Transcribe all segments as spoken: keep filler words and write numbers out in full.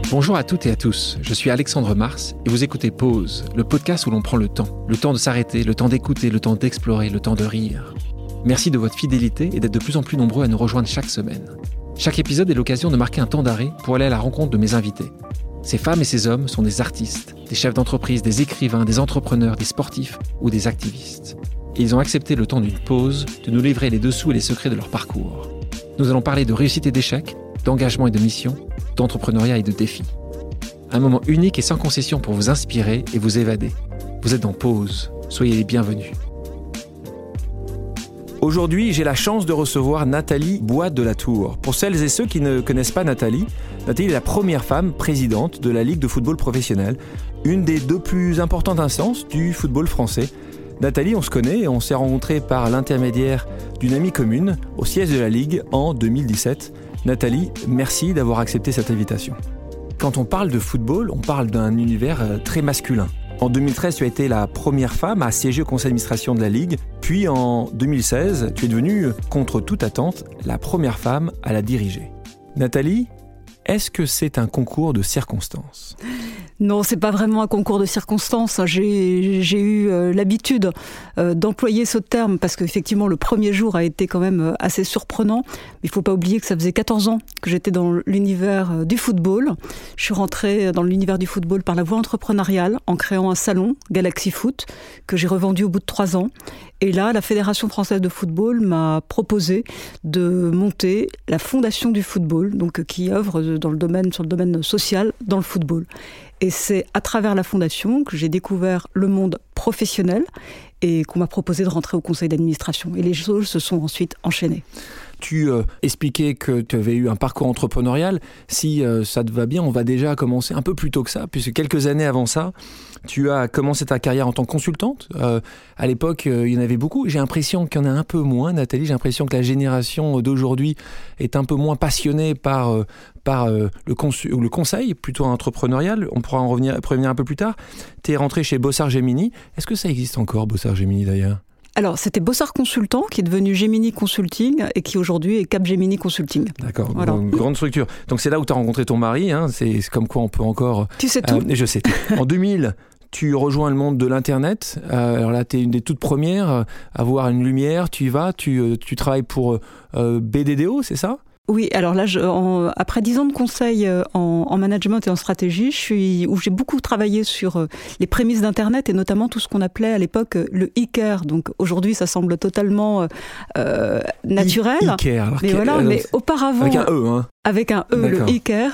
Bonjour à toutes et à tous, je suis Alexandre Mars et vous écoutez Pause, le podcast où l'on prend le temps. Le temps de s'arrêter, le temps d'écouter, le temps d'explorer, le temps de rire. Merci de votre fidélité et d'être de plus en plus nombreux à nous rejoindre chaque semaine. Chaque épisode est l'occasion de marquer un temps d'arrêt pour aller à la rencontre de mes invités. Ces femmes et ces hommes sont des artistes, des chefs d'entreprise, des écrivains, des entrepreneurs, des sportifs ou des activistes. Et ils ont accepté le temps d'une pause de nous livrer les dessous et les secrets de leur parcours. Nous allons parler de réussite et d'échec, d'engagement et de mission, d'entrepreneuriat et de défis. Un moment unique et sans concession pour vous inspirer et vous évader. Vous êtes en pause, soyez les bienvenus. Aujourd'hui, j'ai la chance de recevoir Nathalie Bois de la Tour. Pour celles et ceux qui ne connaissent pas Nathalie, Nathalie est la première femme présidente de la Ligue de football professionnel, une des deux plus importantes instances du football français. Nathalie, on se connaît et on s'est rencontrés par l'intermédiaire d'une amie commune au siège de la Ligue en deux mille dix-sept. Nathalie, merci d'avoir accepté cette invitation. Quand on parle de football, on parle d'un univers très masculin. En deux mille treize, tu as été la première femme à siéger au conseil d'administration de la Ligue. Puis en deux mille seize, tu es devenue, contre toute attente, la première femme à la diriger. Nathalie, est-ce que c'est un concours de circonstances ? Non, c'est pas vraiment un concours de circonstances. J'ai, j'ai eu euh, l'habitude euh, d'employer ce terme parce qu'effectivement, le premier jour a été quand même assez surprenant. Mais il faut pas oublier que ça faisait quatorze ans que j'étais dans l'univers euh, du football. Je suis rentrée dans l'univers du football par la voie entrepreneuriale en créant un salon, Galaxy Foot, que j'ai revendu au bout de trois ans. Et là, la Fédération française de football m'a proposé de monter la Fondation du football, donc qui œuvre dans le domaine, sur le domaine social dans le football. Et c'est à travers la Fondation que j'ai découvert le monde professionnel et qu'on m'a proposé de rentrer au conseil d'administration. Et les choses se sont ensuite enchaînées. Tu euh, expliquais que tu avais eu un parcours entrepreneurial. Si euh, ça te va bien, on va déjà commencer un peu plus tôt que ça, puisque quelques années avant ça, tu as commencé ta carrière en tant que consultante. Euh, à l'époque, euh, il y en avait beaucoup. J'ai l'impression qu'il y en a un peu moins, Nathalie. J'ai l'impression que la génération d'aujourd'hui est un peu moins passionnée par, euh, par euh, le, consu- le conseil, plutôt entrepreneurial. On pourra en revenir, revenir un peu plus tard. Tu es rentré chez Bossard Gemini. Est-ce que ça existe encore, Bossard Gemini, d'ailleurs ? Alors, c'était Bossard Consultant qui est devenu Gemini Consulting et qui aujourd'hui est Capgemini Consulting. D'accord, voilà. Une grande structure. Donc c'est là où tu as rencontré ton mari, hein. c'est, c'est comme quoi on peut encore... Tu sais tout. Euh, je sais tout. En deux mille, tu rejoins le monde de l'Internet. Euh, alors là, tu es une des toutes premières à voir une lumière, tu y vas, tu, tu travailles pour euh, B D D O, c'est ça ? Oui, alors là, je, en, après dix ans de conseil en, en management et en stratégie, je suis, où j'ai beaucoup travaillé sur les prémices d'Internet et notamment tout ce qu'on appelait à l'époque le e-care. Donc aujourd'hui, ça semble totalement euh, naturel. E-care, alors mais voilà, alors, mais auparavant... Avec un E, hein. Avec un E, D'accord. Le e-care.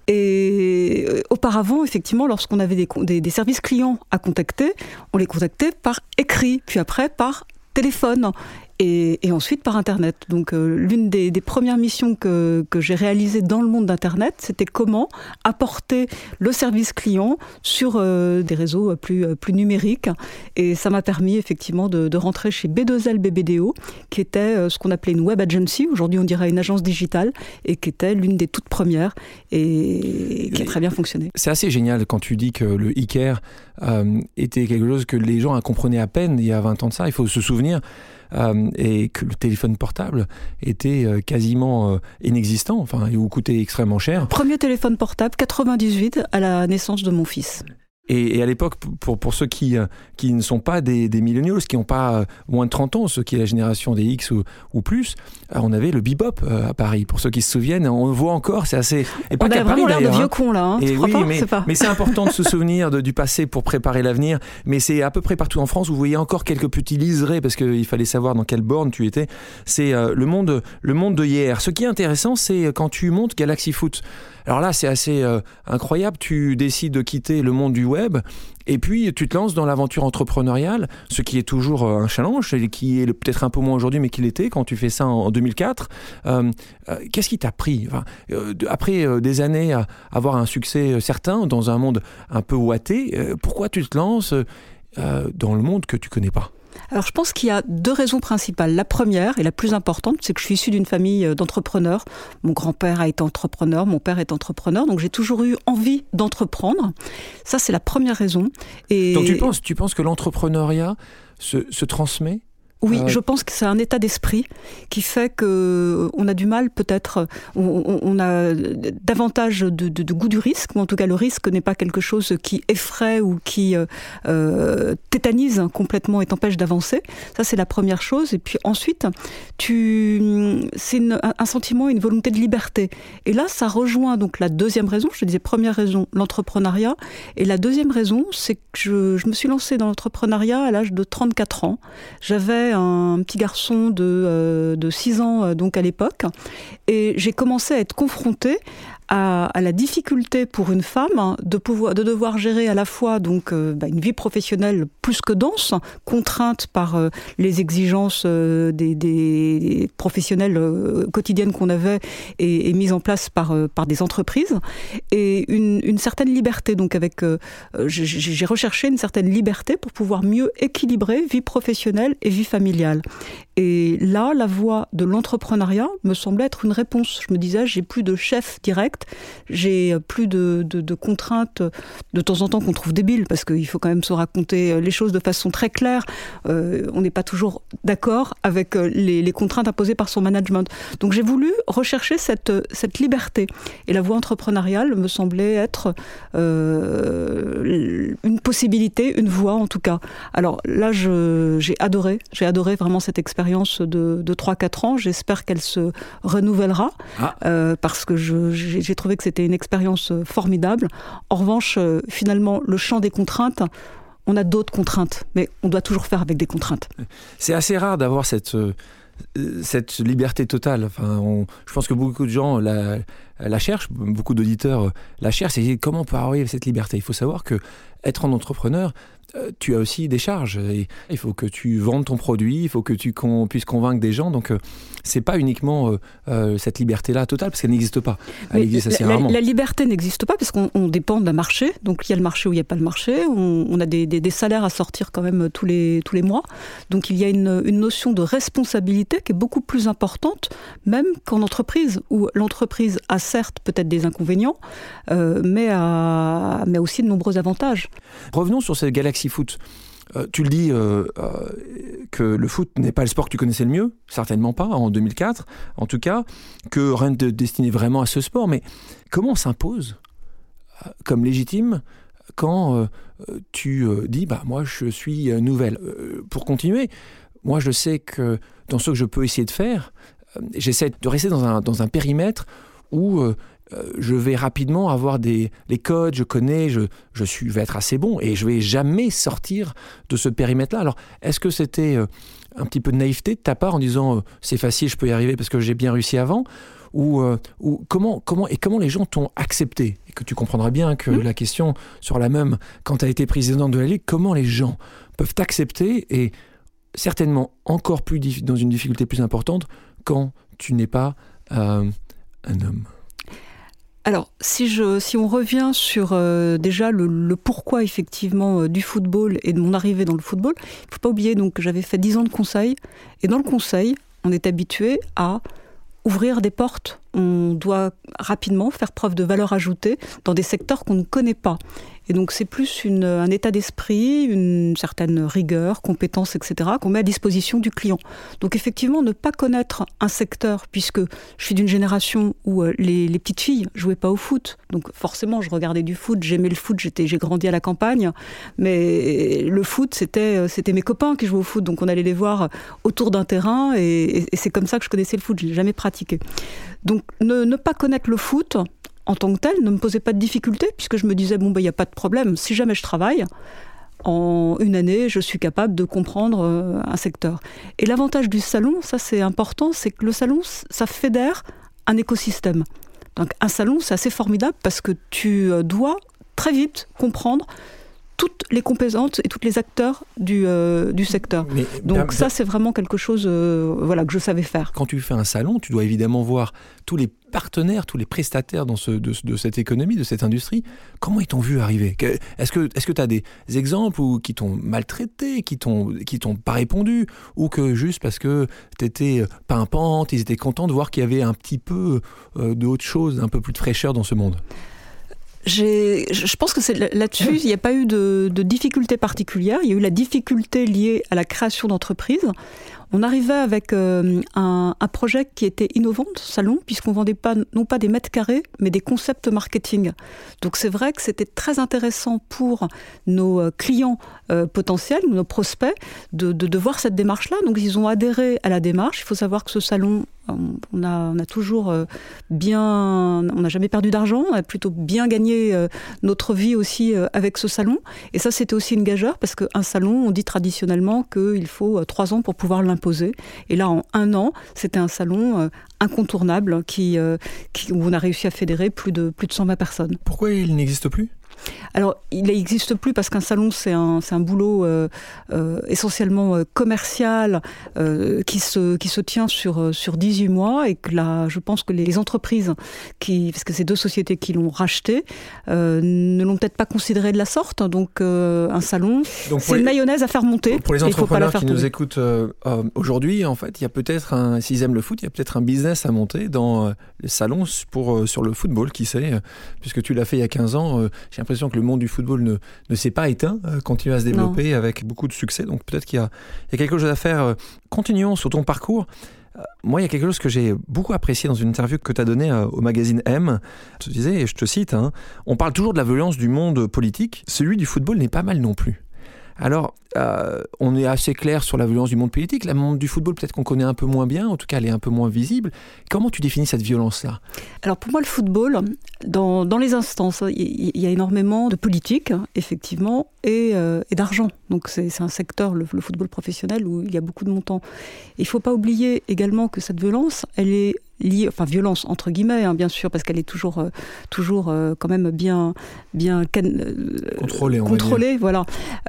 Et auparavant, effectivement, lorsqu'on avait des, des, des services clients à contacter, on les contactait par écrit, puis après par téléphone. Et, et ensuite par Internet. Donc euh, l'une des, des premières missions que, que j'ai réalisées dans le monde d'Internet, c'était comment apporter le service client sur euh, des réseaux plus, plus numériques. Et ça m'a permis effectivement de, de rentrer chez B deux L B B D O, qui était euh, ce qu'on appelait une web agency, aujourd'hui on dirait une agence digitale, et qui était l'une des toutes premières et, et qui a très bien fonctionné. C'est assez génial quand tu dis que le e-care euh, était quelque chose que les gens comprenaient à peine il y a vingt ans de ça. Il faut se souvenir Euh, et que le téléphone portable était euh, quasiment euh, inexistant, enfin, ou coûtait extrêmement cher. Premier téléphone portable, quatre-vingt-dix-huit, à la naissance de mon fils. Et, et à l'époque, pour, pour ceux qui, qui ne sont pas des, des millennials, qui n'ont pas moins de trente ans, ceux qui sont la génération des X ou, ou plus, on avait le bebop à Paris. Pour ceux qui se souviennent, on le voit encore, c'est assez... Et pas on a vraiment Paris, l'air de vieux cons là, hein, et oui, pas mais, c'est pas. mais c'est important de se souvenir de, du passé pour préparer l'avenir. Mais c'est à peu près partout en France, vous voyez encore quelques petits liserés, parce qu'il fallait savoir dans quelle borne tu étais. C'est euh, le, monde, le monde de hier. Ce qui est intéressant, c'est quand tu montes Galaxy Foot. Alors là, c'est assez euh, incroyable. Tu décides de quitter le monde du web et puis tu te lances dans l'aventure entrepreneuriale, ce qui est toujours euh, un challenge, et qui est peut-être un peu moins aujourd'hui, mais qui l'était quand tu fais ça en, en deux mille quatre. Euh, euh, qu'est-ce qui t'a pris enfin, euh, de, après euh, des années à avoir un succès certain dans un monde un peu ouaté, euh, pourquoi tu te lances euh, dans le monde que tu connais pas ? Alors je pense qu'il y a deux raisons principales. La première et la plus importante, c'est que je suis issue d'une famille d'entrepreneurs. Mon grand-père a été entrepreneur, mon père est entrepreneur, donc j'ai toujours eu envie d'entreprendre. Ça, c'est la première raison. Et... Donc tu penses, tu penses que l'entrepreneuriat se, se transmet ? Oui, euh... je pense que c'est un état d'esprit qui fait qu'on a du mal, peut-être, on, on a davantage de, de, de goût du risque, ou en tout cas le risque n'est pas quelque chose qui effraie ou qui euh, tétanise complètement et t'empêche d'avancer. Ça, c'est la première chose. Et puis ensuite, tu, c'est une, un sentiment, une volonté de liberté. Et là, ça rejoint donc la deuxième raison. Je te disais, première raison, l'entrepreneuriat. Et la deuxième raison, c'est que je, je me suis lancée dans l'entrepreneuriat à l'âge de trente-quatre ans. J'avais un petit garçon de, euh, de six ans donc à l'époque, et j'ai commencé à être confrontée à, à la difficulté pour une femme de pouvoir, de devoir gérer à la fois donc euh, bah, une vie professionnelle plus que dense, contrainte par euh, les exigences euh, des, des professionnels euh, quotidiennes qu'on avait et, et mises en place par euh, par des entreprises, et une, une certaine liberté. Donc avec, euh, j'ai, j'ai recherché une certaine liberté pour pouvoir mieux équilibrer vie professionnelle et vie familiale. Et là, la voie de l'entrepreneuriat me semblait être une réponse. Je me disais, j'ai plus de chef direct, j'ai plus de, de, de contraintes de temps en temps qu'on trouve débiles, parce qu'il faut quand même se raconter les choses de façon très claire. Euh, on n'est pas toujours d'accord avec les, les contraintes imposées par son management. Donc j'ai voulu rechercher cette, cette liberté. Et la voie entrepreneuriale me semblait être euh, une possibilité, une voie en tout cas. Alors là, je, j'ai adoré, j'ai adoré vraiment cette expérience de, de trois à quatre ans. J'espère qu'elle se renouvellera, ah. euh, parce que je, j'ai, j'ai trouvé que c'était une expérience formidable. En revanche, euh, finalement, le champ des contraintes, on a d'autres contraintes, mais on doit toujours faire avec des contraintes. C'est assez rare d'avoir cette, euh, cette liberté totale. Enfin, on, je pense que beaucoup de gens la, la cherchent, beaucoup d'auditeurs la cherchent. C'est comment on peut arriver à cette liberté. Il faut savoir que être un entrepreneur, tu as aussi des charges. Et il faut que tu vendes ton produit, il faut que tu con, puisses convaincre des gens. Donc, euh, c'est pas uniquement euh, euh, cette liberté-là totale, parce qu'elle n'existe pas. Elle Mais existe assez la, rarement. La liberté n'existe pas parce qu'on on dépend d'un marché. Donc, il y a le marché ou il n'y a pas le marché. On, on a des, des, des salaires à sortir quand même tous les, tous les mois. Donc, il y a une, une notion de responsabilité qui est beaucoup plus importante, même qu'en entreprise, où l'entreprise a certes peut-être des inconvénients, euh, mais, a, mais a aussi de nombreux avantages. Revenons sur cette Galaxy Foot. Euh, tu le dis euh, euh, que le foot n'est pas le sport que tu connaissais le mieux, certainement pas, en deux mille quatre, en tout cas, que rien ne te destinait vraiment à ce sport. Mais comment on s'impose euh, comme légitime quand euh, tu euh, dis bah, « moi je suis euh, nouvelle euh, ». Pour continuer, moi je sais que dans ce que je peux essayer de faire, euh, j'essaie de rester dans un, dans un périmètre où euh, Euh, je vais rapidement avoir des les codes, je connais, je, je, suis, je vais être assez bon et je ne vais jamais sortir de ce périmètre-là. Alors, est-ce que c'était euh, un petit peu de naïveté de ta part en disant euh, c'est facile, je peux y arriver parce que j'ai bien réussi avant, ou, euh, ou comment, comment, et comment les gens t'ont accepté? Et que tu comprendras bien que mmh. la question sera la même quand tu as été présidente de la Ligue, comment les gens peuvent t'accepter, et certainement encore plus dif- dans une difficulté plus importante quand tu n'es pas euh, un homme. Alors, si, je, si on revient sur euh, déjà le, le pourquoi effectivement euh, du football et de mon arrivée dans le football, il ne faut pas oublier donc, que j'avais fait dix ans de conseil. Et dans le conseil, on est habitué à ouvrir des portes. On doit rapidement faire preuve de valeur ajoutée dans des secteurs qu'on ne connaît pas. Et donc c'est plus une, un état d'esprit, une certaine rigueur, compétence, et cetera qu'on met à disposition du client. Donc effectivement, ne pas connaître un secteur, puisque je suis d'une génération où les, les petites filles jouaient pas au foot. Donc forcément, je regardais du foot, j'aimais le foot, j'étais, j'ai grandi à la campagne, mais le foot, c'était, c'était mes copains qui jouaient au foot. Donc on allait les voir autour d'un terrain, et, et, et c'est comme ça que je connaissais le foot, je l'ai jamais pratiqué. Donc ne, ne pas connaître le foot en tant que tel ne me posait pas de difficulté, puisque je me disais, bon, ben, il n'y a pas de problème, si jamais je travaille, en une année, je suis capable de comprendre euh, un secteur. Et l'avantage du salon, ça c'est important, c'est que le salon, ça fédère un écosystème. Donc un salon, c'est assez formidable, parce que tu dois très vite comprendre toutes les composantes et tous les acteurs du, euh, du secteur. Mais, Donc bien, ça, c'est vraiment quelque chose euh, voilà, que je savais faire. Quand tu fais un salon, tu dois évidemment voir tous les partenaires, tous les prestataires dans ce, de, de cette économie, de cette industrie. Comment ils t'ont vu arriver? Est-ce que est-ce que tu as des exemples où, qui t'ont maltraité, qui t'ont, qui t'ont pas répondu, ou que juste parce que tu étais pimpante, ils étaient contents de voir qu'il y avait un petit peu euh, d'autre chose, un peu plus de fraîcheur dans ce monde? J'ai, je pense que c'est là-dessus, il n'y a pas eu de, de difficulté particulière. Il y a eu la difficulté liée à la création d'entreprises. On arrivait avec euh, un, un projet qui était innovant, ce salon, puisqu'on ne vendait pas, non pas des mètres carrés, mais des concepts marketing. Donc c'est vrai que c'était très intéressant pour nos clients euh, potentiels, nos prospects, de, de, de voir cette démarche-là. Donc ils ont adhéré à la démarche. Il faut savoir que ce salon, on a, on a toujours bien... On n'a jamais perdu d'argent, on a plutôt bien gagné euh, notre vie aussi euh, avec ce salon. Et ça, c'était aussi une gageure, parce qu'un salon, on dit traditionnellement qu'il faut euh, trois ans pour pouvoir l'imposer. Et là, en un an, c'était un salon euh, incontournable qui, euh, qui, où on a réussi à fédérer plus de, plus de cent vingt personnes. Pourquoi il n'existe plus ? Alors, il n'existe plus parce qu'un salon, c'est un, c'est un boulot euh, euh, essentiellement euh, commercial euh, qui, se, qui se tient sur, sur dix-huit mois et que là, je pense que les entreprises, qui, parce que c'est deux sociétés qui l'ont racheté, euh, ne l'ont peut-être pas considéré de la sorte. Donc, euh, un salon, donc c'est les, une mayonnaise à faire monter. Pour les entrepreneurs qui nous écoutent euh, euh, aujourd'hui, en fait, il y a peut-être, un, s'ils aiment le foot, il y a peut-être un business à monter dans euh, les salons pour, euh, sur le football, qui sait, euh, puisque tu l'as fait il y a quinze ans, euh, j'ai l'impression que le monde du football ne, ne s'est pas éteint, euh, continue à se développer non. avec beaucoup de succès. Donc peut-être qu'il y a, il y a quelque chose à faire. Euh, continuons sur ton parcours. Euh, moi, il y a quelque chose que j'ai beaucoup apprécié dans une interview que tu as donnée euh, au magazine M. Je te disais, et je te cite, hein, on parle toujours de la violence du monde politique. Celui du football n'est pas mal non plus. Alors, euh, on est assez clair sur la violence du monde politique. La monde du football, peut-être qu'on connaît un peu moins bien. En tout cas, elle est un peu moins visible. Comment tu définis cette violence-là ? Alors, pour moi, le football, dans, dans les instances, il y, y a énormément de politique, effectivement, et, euh, et d'argent. Donc, c'est, c'est un secteur, le, le football professionnel, où il y a beaucoup de montants. Il ne faut pas oublier également que cette violence, elle est liée, enfin violence entre guillemets, hein, bien sûr, parce qu'elle est toujours, euh, toujours euh, quand même bien, bien can, euh, contrôlée, on contrôlée, va dire. Voilà.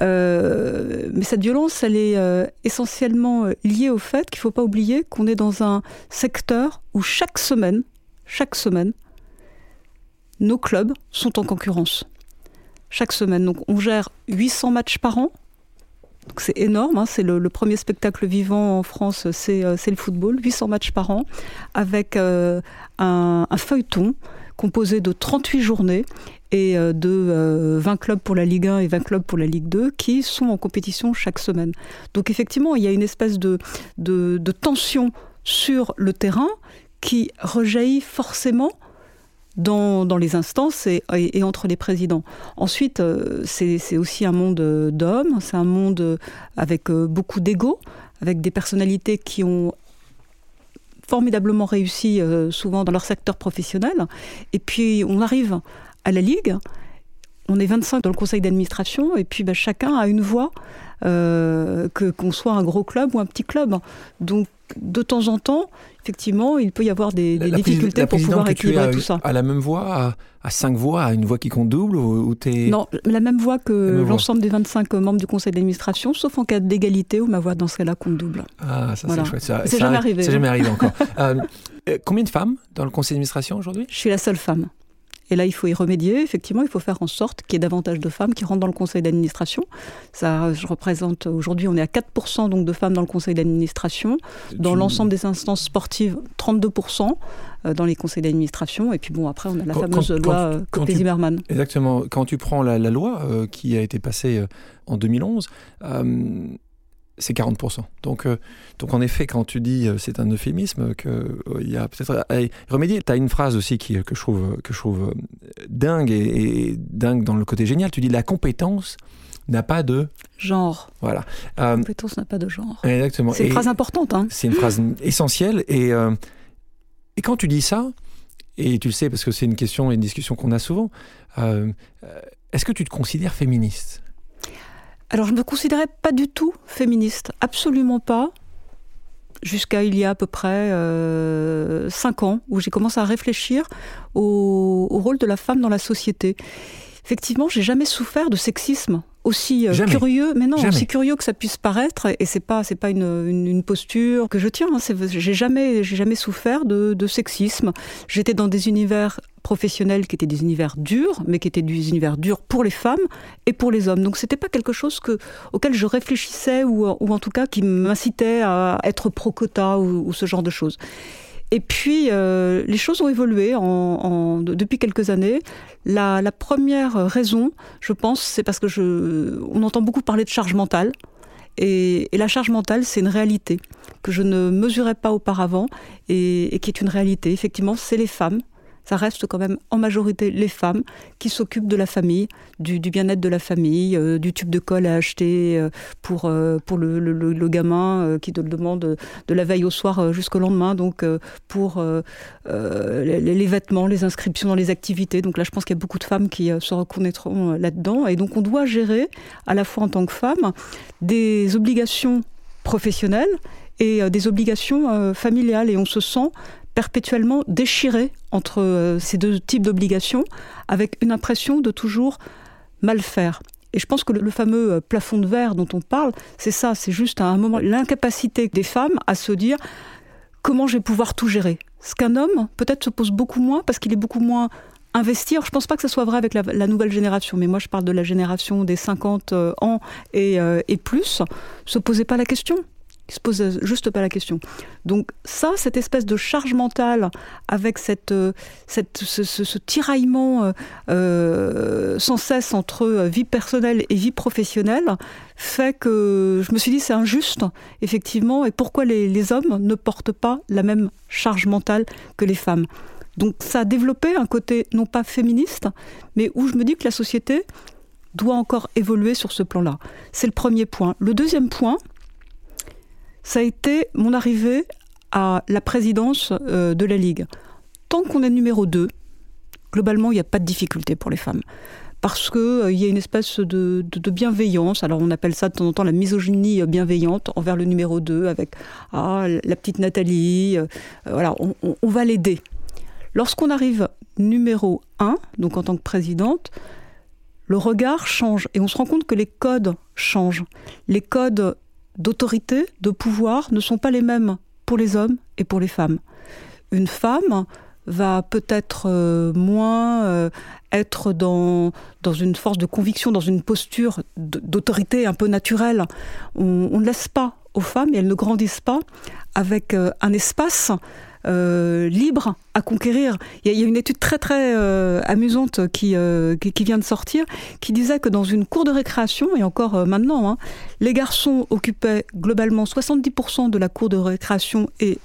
Euh, mais cette violence, elle est euh, essentiellement liée au fait qu'il ne faut pas oublier qu'on est dans un secteur où chaque semaine, chaque semaine, nos clubs sont en concurrence. Chaque semaine. Donc on gère huit cents matchs par an. Donc c'est énorme, hein, c'est le, le premier spectacle vivant en France, c'est, euh, c'est le football, huit cents matchs par an, avec euh, un, un feuilleton composé de trente-huit journées et euh, de euh, vingt clubs pour la Ligue un et vingt clubs pour la Ligue deux qui sont en compétition chaque semaine. Donc effectivement, il y a une espèce de, de, de tension sur le terrain qui rejaillit forcément Dans, dans les instances et, et, et entre les présidents. Ensuite, euh, c'est, c'est aussi un monde d'hommes, c'est un monde avec euh, beaucoup d'ego, avec des personnalités qui ont formidablement réussi euh, souvent dans leur secteur professionnel. Et puis, on arrive à la Ligue, on est vingt-cinq dans le conseil d'administration, et puis bah, chacun a une voix, euh, que, qu'on soit un gros club ou un petit club. Donc, de temps en temps, effectivement, il peut y avoir des, des la, difficultés la pour pouvoir équilibrer tout ça. À la même voix, à, à cinq voix, à une voix qui compte double ou, ou t'es... Non, la même voix que même l'ensemble voix. Des vingt-cinq membres du conseil d'administration, sauf en cas d'égalité où ma voix dans ce cas-là compte double. Ah, ça voilà. C'est chouette. Ça, c'est ça jamais arrivé. C'est jamais arrivé encore. euh, combien de femmes dans le conseil d'administration aujourd'hui ? Je suis la seule femme. Et là, il faut y remédier. Effectivement, il faut faire en sorte qu'il y ait davantage de femmes qui rentrent dans le conseil d'administration. Ça, je représente, aujourd'hui, on est à quatre pour cent donc, de femmes dans le conseil d'administration. Dans tu... l'ensemble des instances sportives, trente-deux pour cent dans les conseils d'administration. Et puis bon, après, on a la quand, fameuse quand, loi euh, Copé-Zimmermann. Exactement. Quand tu prends la, la loi euh, qui a été passée euh, en deux mille onze... Euh, c'est quarante pour cent. Donc, euh, donc en effet, quand tu dis euh, c'est un euphémisme, qu'il euh, y a peut-être à y remédier. Tu as une phrase aussi qui, que je trouve, que je trouve dingue et, et dingue dans le côté génial. Tu dis la compétence n'a pas de... genre. Voilà. La euh, compétence n'a pas de genre. Exactement. C'est une et phrase importante. Hein. C'est une phrase essentielle. Et, euh, et quand tu dis ça, et tu le sais parce que c'est une question et une discussion qu'on a souvent, euh, est-ce que tu te considères féministe ? Alors, je ne me considérais pas du tout féministe, absolument pas, jusqu'à il y a à peu près euh, cinq ans, où j'ai commencé à réfléchir au, au rôle de la femme dans la société. Effectivement, j'ai jamais souffert de sexisme aussi euh, curieux, mais non, jamais. Aussi curieux que ça puisse paraître, et c'est pas, c'est pas une, une, une posture que je tiens. Hein, c'est, j'ai jamais, j'ai jamais souffert de, de sexisme. J'étais dans des univers professionnels qui étaient des univers durs, mais qui étaient des univers durs pour les femmes et pour les hommes. Donc c'était pas quelque chose que, auquel je réfléchissais ou, ou en tout cas qui m'incitait à être pro-quota ou, ou ce genre de choses. Et puis, euh, les choses ont évolué en, en, depuis quelques années. La, la première raison, je pense, c'est parce que je, on entend beaucoup parler de charge mentale. Et, et la charge mentale, c'est une réalité que je ne mesurais pas auparavant et, et qui est une réalité. Effectivement, c'est les femmes. Ça reste quand même en majorité les femmes qui s'occupent de la famille, du, du bien-être de la famille, euh, du tube de colle à acheter euh, pour, euh, pour le, le, le gamin euh, qui te le demande de la veille au soir euh, jusqu'au lendemain, donc euh, pour euh, euh, les, les vêtements, les inscriptions dans les activités. Donc là, je pense qu'il y a beaucoup de femmes qui euh, se reconnaîtront euh, là-dedans. Et donc, on doit gérer, à la fois en tant que femme, des obligations professionnelles et euh, des obligations euh, familiales. Et on se sent perpétuellement déchiré entre euh, ces deux types d'obligations, avec une impression de toujours mal faire. Et je pense que le, le fameux euh, plafond de verre dont on parle, c'est ça, c'est juste à un moment l'incapacité des femmes à se dire comment je vais pouvoir tout gérer. Ce qu'un homme peut-être se pose beaucoup moins parce qu'il est beaucoup moins investi. Alors, je ne pense pas que ce soit vrai avec la, la nouvelle génération, mais moi je parle de la génération des cinquante ans et, euh, et plus, ne se posait pas la question. Il ne se pose juste pas la question. Donc ça, cette espèce de charge mentale avec cette, cette, ce, ce, ce tiraillement euh, sans cesse entre vie personnelle et vie professionnelle fait que je me suis dit c'est injuste, effectivement, et pourquoi les, les hommes ne portent pas la même charge mentale que les femmes. Donc ça a développé un côté non pas féministe, mais où je me dis que la société doit encore évoluer sur ce plan-là. C'est le premier point. Le deuxième point, ça a été mon arrivée à la présidence euh, de la Ligue. Tant qu'on est numéro deux, globalement, il n'y a pas de difficulté pour les femmes. Parce qu'il euh, y a une espèce de, de, de bienveillance, alors on appelle ça de temps en temps la misogynie bienveillante envers le numéro deux, avec ah, la petite Nathalie, euh, voilà, on, on, on va l'aider. Lorsqu'on arrive numéro un, donc en tant que présidente, le regard change et on se rend compte que les codes changent. Les codes d'autorité, de pouvoir, ne sont pas les mêmes pour les hommes et pour les femmes. Une femme va peut-être euh, moins euh, être dans, dans une force de conviction, dans une posture d'autorité un peu naturelle. On, on ne laisse pas aux femmes, et elles ne grandissent pas, avec euh, un espace Euh, libre à conquérir. Il y, a, il y a une étude très très euh, amusante qui, euh, qui, qui vient de sortir, qui disait que dans une cour de récréation, et encore euh, maintenant, hein, les garçons occupaient globalement soixante-dix pour cent de la cour de récréation et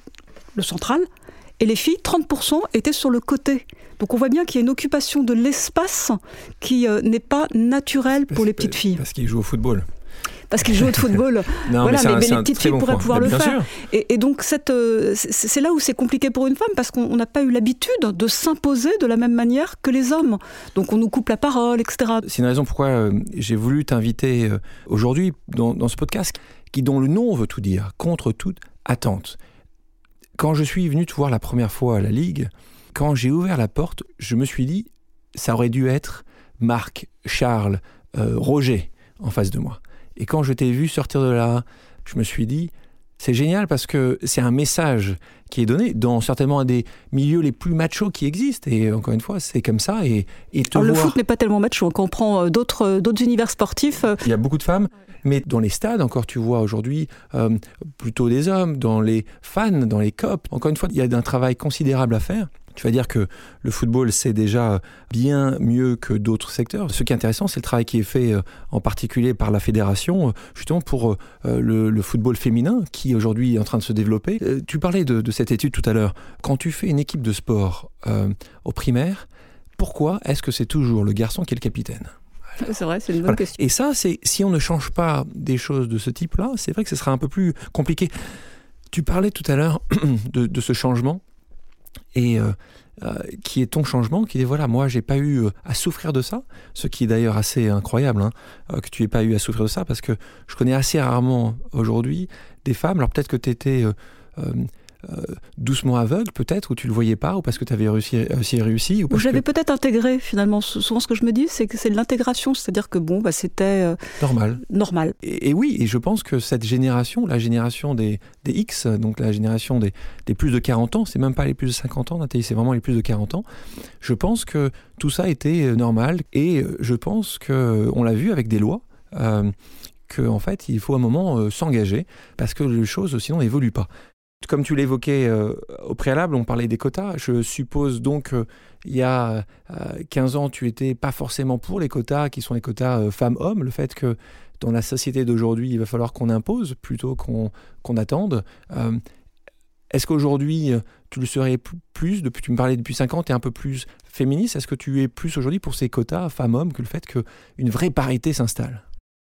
le central, et les filles, trente pour cent étaient sur le côté. Donc on voit bien qu'il y a une occupation de l'espace qui euh, n'est pas naturelle pour les petites filles. Parce qu'ils jouent au football. Parce qu'ils jouent au football. Non, voilà, mais, mais, un, mais les petites filles bon pourraient point. pouvoir mais le faire. Et, et donc, cette, c'est, c'est là où c'est compliqué pour une femme, parce qu'on n'a pas eu l'habitude de s'imposer de la même manière que les hommes. Donc, on nous coupe la parole, et cetera. C'est une raison pourquoi euh, j'ai voulu t'inviter euh, aujourd'hui dans, dans ce podcast, qui, dont le nom veut tout dire, contre toute attente. Quand je suis venu te voir la première fois à la Ligue, quand j'ai ouvert la porte, je me suis dit, ça aurait dû être Marc, Charles, euh, Roger en face de moi. Et quand je t'ai vu sortir de là, je me suis dit, c'est génial parce que c'est un message qui est donné dans certainement un des milieux les plus machos qui existent. Et encore une fois, c'est comme ça. Et, et te Alors, voir... Le foot n'est pas tellement macho. Quand on prend d'autres, d'autres univers sportifs... Il y a beaucoup de femmes, mais dans les stades, encore, tu vois aujourd'hui euh, plutôt des hommes, dans les fans, dans les copes. Encore une fois, il y a un travail considérable à faire. Tu vas dire que le football, c'est déjà bien mieux que d'autres secteurs. Ce qui est intéressant, c'est le travail qui est fait euh, en particulier par la fédération, euh, justement pour euh, le, le football féminin, qui aujourd'hui est en train de se développer. Euh, tu parlais de, de cette étude tout à l'heure. Quand tu fais une équipe de sport euh, au primaire, pourquoi est-ce que c'est toujours le garçon qui est le capitaine ? Voilà. C'est vrai, c'est une bonne voilà. question. Et ça, c'est, si on ne change pas des choses de ce type-là, c'est vrai que ce sera un peu plus compliqué. Tu parlais tout à l'heure de, de ce changement. Et euh, euh, qui est ton changement, qui dit voilà, moi j'ai pas eu à souffrir de ça, ce qui est d'ailleurs assez incroyable, hein, euh, que tu aies pas eu à souffrir de ça, parce que je connais assez rarement aujourd'hui des femmes, alors peut-être que tu étais euh, euh, euh, doucement aveugle, peut-être, ou tu le voyais pas, ou parce que tu avais réussi, réussi, réussi ou parce J'avais que... peut-être intégré, finalement. Souvent, ce que je me dis, c'est que c'est de l'intégration, c'est-à-dire que bon, bah, c'était euh, normal. normal. Et, et oui, et je pense que cette génération, la génération des, des X, donc la génération des, des plus de quarante ans, c'est même pas les plus de cinquante ans, Nathalie, c'est vraiment les plus de quarante ans, je pense que tout ça était normal, et je pense qu'on l'a vu avec des lois, euh, qu'en fait, il faut à un moment euh, s'engager, parce que les choses, sinon, n'évoluent pas. comme tu l'évoquais euh, au préalable, on parlait des quotas. Je suppose donc qu'il euh, y a euh, quinze ans, tu n'étais pas forcément pour les quotas, qui sont les quotas euh, femmes-hommes. Le fait que dans la société d'aujourd'hui, il va falloir qu'on impose plutôt qu'on, qu'on attende. Euh, est-ce qu'aujourd'hui, tu le serais plus, depuis, tu me parlais depuis cinq ans, tu es un peu plus féministe. Est-ce que tu es plus aujourd'hui pour ces quotas femmes-hommes que le fait qu'une vraie parité s'installe ?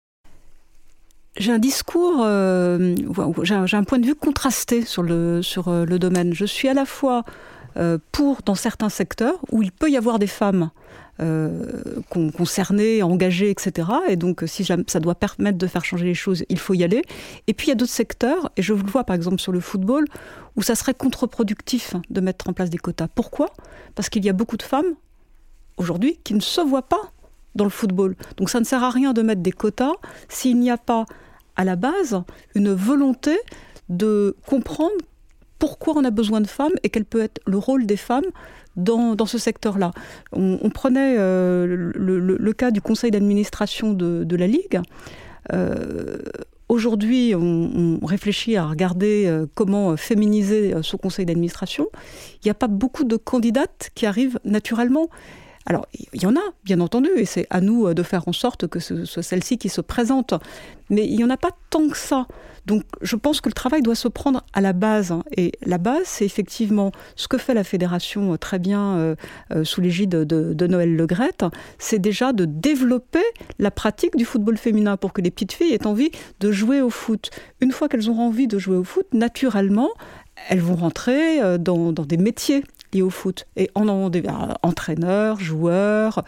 J'ai un discours, euh, j'ai, un, j'ai un point de vue contrasté sur le, sur le domaine. Je suis à la fois euh, pour, dans certains secteurs, où il peut y avoir des femmes euh, concernées, engagées, et cetera. Et donc, si ça doit permettre de faire changer les choses, il faut y aller. Et puis, il y a d'autres secteurs, et je le vois par exemple sur le football, où ça serait contre-productif de mettre en place des quotas. Pourquoi ? Parce qu'il y a beaucoup de femmes, aujourd'hui, qui ne se voient pas dans le football. Donc ça ne sert à rien de mettre des quotas s'il n'y a pas, à la base, une volonté de comprendre pourquoi on a besoin de femmes et quel peut être le rôle des femmes dans, dans ce secteur-là. On, on prenait euh, le, le, le cas du conseil d'administration de, de la Ligue. Euh, aujourd'hui, on, on réfléchit à regarder euh, comment féminiser euh, ce conseil d'administration. Il n'y a pas beaucoup de candidates qui arrivent naturellement. Alors, il y en a, bien entendu, et c'est à nous de faire en sorte que ce soit celle-ci qui se présente. Mais il n'y en a pas tant que ça. Donc, je pense que le travail doit se prendre à la base. Et la base, c'est effectivement ce que fait la Fédération très bien euh, euh, sous l'égide de, de Noël Le Graët, c'est déjà de développer la pratique du football féminin pour que les petites filles aient envie de jouer au foot. Une fois qu'elles auront envie de jouer au foot, naturellement, elles vont rentrer dans, dans des métiers liés au foot. Et en, en des, entraîneurs, joueurs,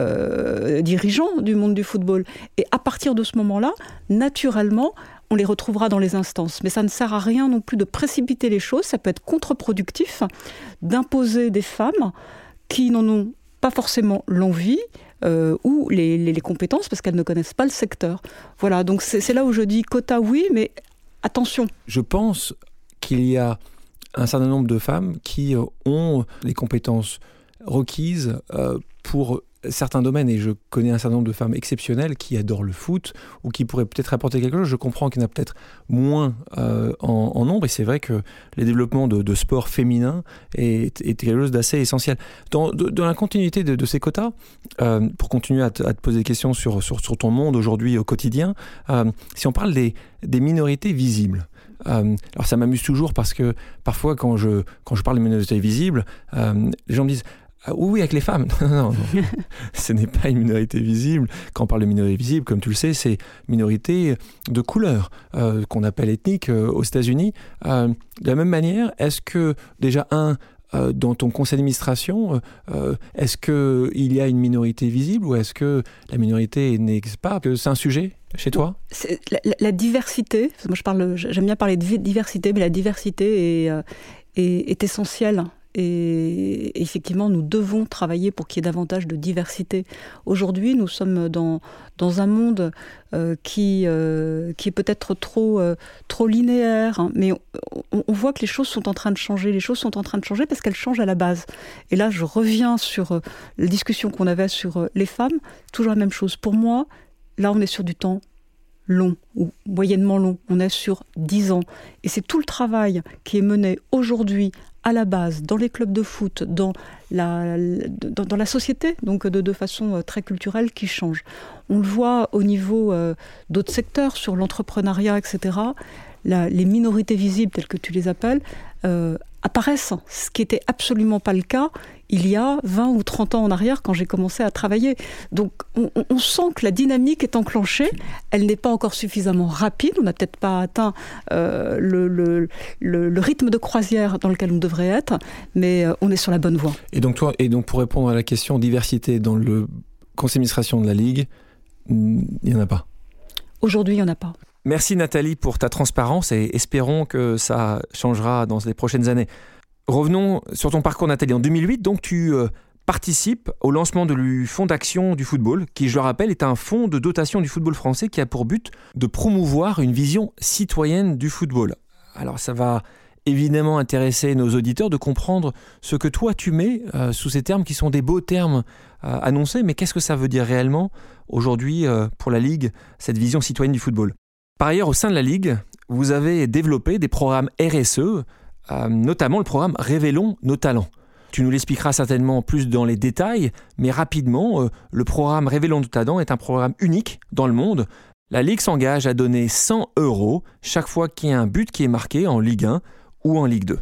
euh, dirigeants du monde du football. Et à partir de ce moment-là, naturellement, on les retrouvera dans les instances. Mais ça ne sert à rien non plus de précipiter les choses. Ça peut être contre-productif d'imposer des femmes qui n'en ont pas forcément l'envie euh, ou les, les, les compétences parce qu'elles ne connaissent pas le secteur. Voilà, donc c'est, c'est là où je dis quota oui, mais attention. Je pense qu'il y a un certain nombre de femmes qui ont les compétences requises euh, pour certains domaines, et je connais un certain nombre de femmes exceptionnelles qui adorent le foot ou qui pourraient peut-être apporter quelque chose. Je comprends qu'il y en a peut-être moins euh, en, en nombre, et c'est vrai que le développement de, de sport féminin est, est quelque chose d'assez essentiel. Dans, de, dans la continuité de, de ces quotas, euh, pour continuer à te, à te poser des questions sur, sur, sur ton monde aujourd'hui au quotidien, euh, si on parle des, des minorités visibles, Euh, alors ça m'amuse toujours parce que parfois quand je, quand je parle de minorités visibles, euh, les gens me disent ah, oui, oui, avec les femmes. Non, non, non. Ce n'est pas une minorité visible. Quand on parle de minorité visible, comme tu le sais, c'est minorité de couleur, euh, qu'on appelle ethnique euh, aux États-Unis. Euh, de la même manière, est-ce que déjà un Euh, dans ton conseil d'administration, euh, est-ce qu'il y a une minorité visible ou est-ce que la minorité n'existe pas? Que c'est un sujet chez toi? C'est la, la, la diversité, moi je parle, j'aime bien parler de diversité, mais la diversité est, euh, est, est essentielle. Et effectivement, nous devons travailler pour qu'il y ait davantage de diversité. Aujourd'hui, nous sommes dans, dans un monde euh, qui, euh, qui est peut-être trop, euh, trop linéaire, hein, mais on, on voit que les choses sont en train de changer. Les choses sont en train de changer parce qu'elles changent à la base. Et là, je reviens sur euh, la discussion qu'on avait sur euh, les femmes. Toujours la même chose. Pour moi, là, on est sur du temps long ou moyennement long. On est sur dix ans. Et c'est tout le travail qui est mené aujourd'hui à la base, dans les clubs de foot, dans la, dans, dans la société, donc de, de façon très culturelle, qui change. On le voit au niveau euh, d'autres secteurs, sur l'entrepreneuriat, et cetera. La, les minorités visibles, telles que tu les appelles, euh, apparaissent, ce qui n'était absolument pas le cas il y a vingt ou trente ans en arrière, quand j'ai commencé à travailler. Donc, on, on sent que la dynamique est enclenchée. Elle n'est pas encore suffisamment rapide. On n'a peut-être pas atteint euh, le, le, le, le rythme de croisière dans lequel on devrait être, mais euh, on est sur la bonne voie. Et donc, toi, et donc, pour répondre à la question diversité dans le conseil d'administration de la Ligue, il n'y en a pas. Aujourd'hui, il n'y en a pas. Merci Nathalie pour ta transparence et espérons que ça changera dans les prochaines années. Revenons sur ton parcours, Nathalie. En deux mille huit, donc, tu euh, participes au lancement du Fonds d'action du football, qui, je le rappelle, est un fonds de dotation du football français qui a pour but de promouvoir une vision citoyenne du football. Alors, ça va évidemment intéresser nos auditeurs de comprendre ce que toi, tu mets euh, sous ces termes qui sont des beaux termes euh, annoncés, mais qu'est-ce que ça veut dire réellement aujourd'hui euh, pour la Ligue, cette vision citoyenne du football? Par ailleurs, au sein de la Ligue, vous avez développé des programmes R S E euh, notamment le programme Révélons nos talents. Tu nous l'expliqueras certainement plus dans les détails, mais rapidement, euh, le programme Révélons nos talents est un programme unique dans le monde. La Ligue s'engage à donner cent euros chaque fois qu'il y a un but qui est marqué en Ligue un ou en Ligue deux.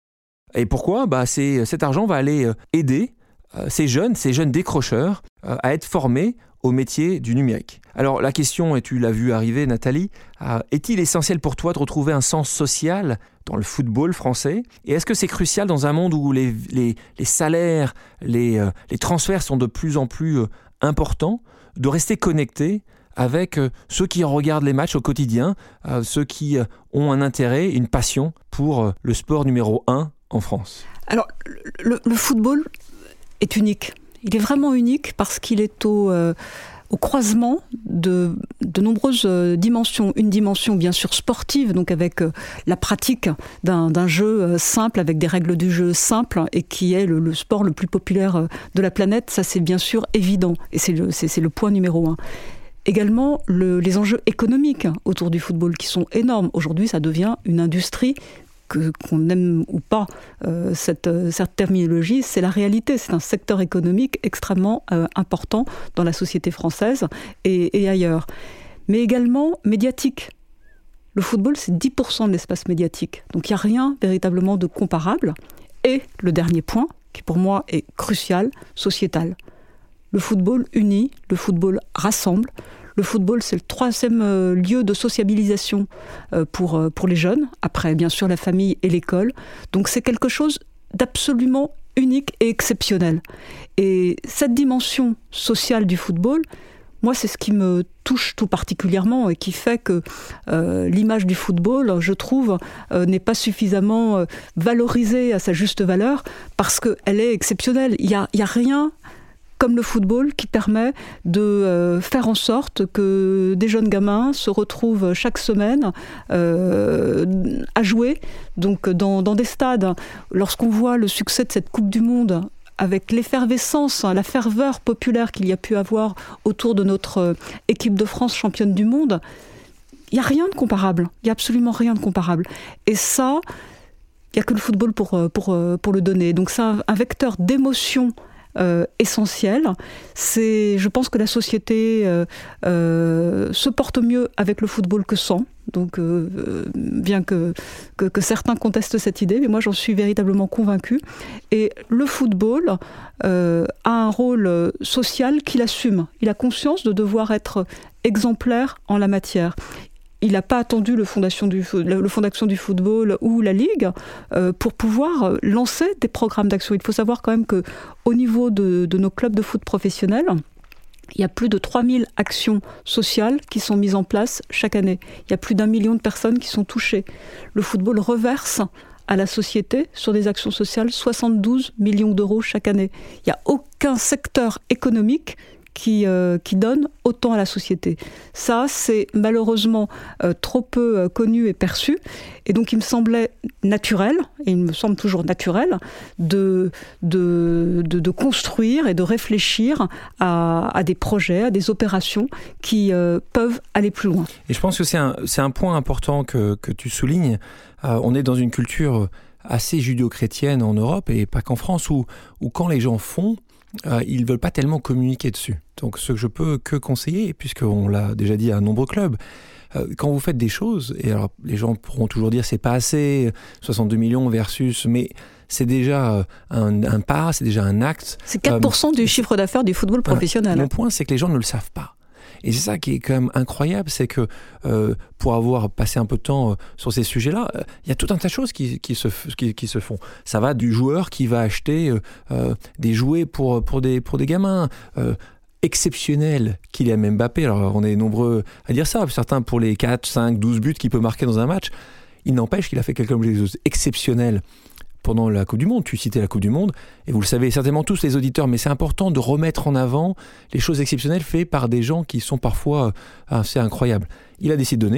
Et pourquoi ? Bah, c'est, cet argent va aller euh, aider euh, ces jeunes, ces jeunes décrocheurs euh, à être formés au métier du numérique. Alors la question, et tu l'as vu arriver Nathalie, euh, est-il essentiel pour toi de retrouver un sens social dans le football français ? Et est-ce que c'est crucial dans un monde où les, les, les salaires, les, euh, les transferts sont de plus en plus euh, importants, de rester connecté avec euh, ceux qui regardent les matchs au quotidien, euh, ceux qui euh, ont un intérêt, une passion pour euh, le sport numéro un en France ? Alors le, le football est unique. Il est vraiment unique parce qu'il est au, euh, au croisement de, de nombreuses euh, dimensions. Une dimension bien sûr sportive, donc avec euh, la pratique d'un, d'un jeu euh, simple, avec des règles du jeu simples, et qui est le, le sport le plus populaire euh, de la planète. Ça, c'est bien sûr évident, et c'est le, c'est, c'est le point numéro un. Également, le, les enjeux économiques autour du football qui sont énormes. Aujourd'hui, ça devient une industrie. Que, qu'on aime ou pas euh, cette, cette terminologie, c'est la réalité. C'est un secteur économique extrêmement euh, important dans la société française et, et ailleurs. Mais également médiatique. Le football, c'est dix pour cent de l'espace médiatique. Donc il n'y a rien véritablement de comparable. Et le dernier point, qui pour moi est crucial, sociétal. Le football unit, le football rassemble. Le football, c'est le troisième euh, lieu de sociabilisation euh, pour, euh, pour les jeunes, après bien sûr la famille et l'école. Donc c'est quelque chose d'absolument unique et exceptionnel. Et cette dimension sociale du football, moi c'est ce qui me touche tout particulièrement et qui fait que euh, l'image du football, je trouve, euh, n'est pas suffisamment euh, valorisée à sa juste valeur parce qu'elle est exceptionnelle. Il n'y a, il y a rien comme le football, qui permet de euh, faire en sorte que des jeunes gamins se retrouvent chaque semaine euh, à jouer, donc dans, dans des stades. Lorsqu'on voit le succès de cette Coupe du Monde, avec l'effervescence, la ferveur populaire qu'il y a pu avoir autour de notre euh, équipe de France championne du monde, il n'y a rien de comparable. Il n'y a absolument rien de comparable. Et ça, il n'y a que le football pour, pour, pour le donner. Donc c'est un, un vecteur d'émotion Euh, essentiel. C'est, je pense que la société euh, euh, se porte mieux avec le football que sans. Donc, euh, bien que, que, que certains contestent cette idée, mais moi j'en suis véritablement convaincue. Et le football euh, a un rôle social qu'il assume. Il a conscience de devoir être exemplaire en la matière. Il n'a pas attendu le fondation du, le Fonds d'action du football ou la Ligue euh, pour pouvoir lancer des programmes d'action. Il faut savoir quand même qu'au niveau de, de nos clubs de foot professionnels, il y a plus de trois mille actions sociales qui sont mises en place chaque année. Il y a plus d'un million de personnes qui sont touchées. Le football reverse à la société sur des actions sociales soixante-douze millions d'euros chaque année. Il n'y a aucun secteur économique Qui, euh, qui donne autant à la société. Ça, c'est malheureusement euh, trop peu euh, connu et perçu. Et donc, il me semblait naturel, et il me semble toujours naturel, de, de, de, de construire et de réfléchir à, à des projets, à des opérations qui euh, peuvent aller plus loin. Et je pense que c'est un, c'est un point important que, que tu soulignes. Euh, on est dans une culture assez judéo-chrétienne en Europe, et pas qu'en France, où, où quand les gens font, Euh, ils ne veulent pas tellement communiquer dessus. Donc ce que je peux que conseiller, puisqu'on l'a déjà dit à un nombreux clubs, euh, quand vous faites des choses, et alors les gens pourront toujours dire c'est pas assez, soixante-deux millions versus, mais c'est déjà un, un pas, c'est déjà un acte. C'est quatre pour cent euh, du chiffre d'affaires du football professionnel. Mon point, c'est que les gens ne le savent pas. Et c'est ça qui est quand même incroyable, c'est que euh, pour avoir passé un peu de temps euh, sur ces sujets-là, il euh, y a tout un tas de choses qui, qui, se, qui, qui se font. Ça va du joueur qui va acheter euh, euh, des jouets pour, pour, des, pour des gamins. Euh, exceptionnel Kylian Mbappé, alors on est nombreux à dire ça, certains pour les quatre, cinq, douze buts qu'il peut marquer dans un match. Il n'empêche qu'il a fait quelque chose d'exceptionnel pendant la Coupe du Monde. Tu citais la Coupe du Monde, et vous le savez certainement tous les auditeurs, mais c'est important de remettre en avant les choses exceptionnelles faites par des gens qui sont parfois assez incroyables. Il a décidé de donner.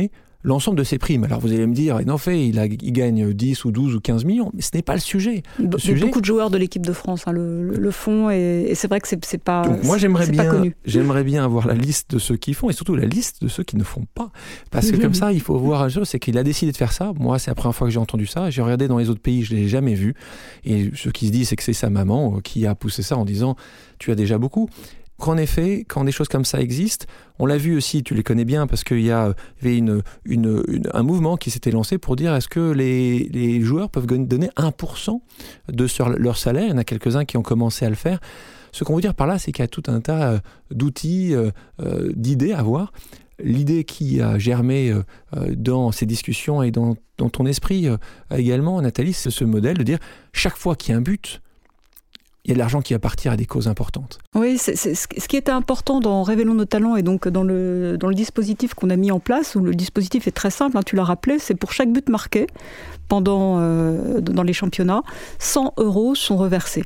l'ensemble de ses primes. Alors vous allez me dire, en fait, il, a, il gagne dix ou douze ou quinze millions, mais ce n'est pas le sujet. Le Be- sujet... Beaucoup de joueurs de l'équipe de France hein, le, le, le font, et, et c'est vrai que c'est, c'est pas, Donc moi, j'aimerais c'est bien, pas connu. J'aimerais bien avoir la liste de ceux qui font, et surtout la liste de ceux qui ne font pas. Parce que comme ça, il faut voir un chose, c'est qu'il a décidé de faire ça. Moi, c'est la première fois que j'ai entendu ça. J'ai regardé dans les autres pays, je ne l'ai jamais vu. Et ce qui se dit, c'est que c'est sa maman qui a poussé ça en disant « tu as déjà beaucoup ». Qu'en effet, quand des choses comme ça existent, on l'a vu aussi, tu les connais bien, parce qu'il y, y avait une, une, une, un mouvement qui s'était lancé pour dire est-ce que les, les joueurs peuvent donner un pour cent de sur leur salaire. Il y en a quelques-uns qui ont commencé à le faire. Ce qu'on veut dire par là, c'est qu'il y a tout un tas d'outils, euh, d'idées à avoir. L'idée qui a germé euh, dans ces discussions et dans, dans ton esprit euh, également, Nathalie, c'est ce modèle de dire chaque fois qu'il y a un but, il y a de l'argent qui va partir à des causes importantes. Oui, c'est, c'est, ce qui était important dans Révélons nos talents et donc dans le, dans le dispositif qu'on a mis en place, où le dispositif est très simple, hein, tu l'as rappelé, c'est pour chaque but marqué pendant, euh, dans les championnats, cent euros sont reversés.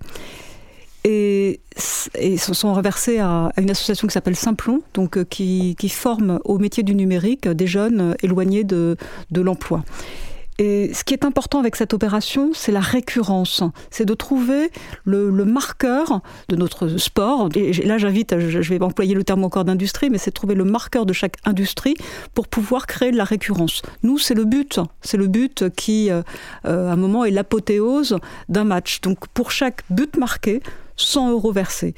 Et, et sont reversés à, à une association qui s'appelle Simplon, donc, euh, qui, qui forme au métier du numérique des jeunes éloignés de, de l'emploi. Et ce qui est important avec cette opération, c'est la récurrence. C'est de trouver le, le marqueur de notre sport. Et là, j'invite, je vais employer le terme encore d'industrie, mais c'est de trouver le marqueur de chaque industrie pour pouvoir créer de la récurrence. Nous, c'est le but. C'est le but qui, euh, à un moment, est l'apothéose d'un match. Donc, pour chaque but marqué, cent euros versés.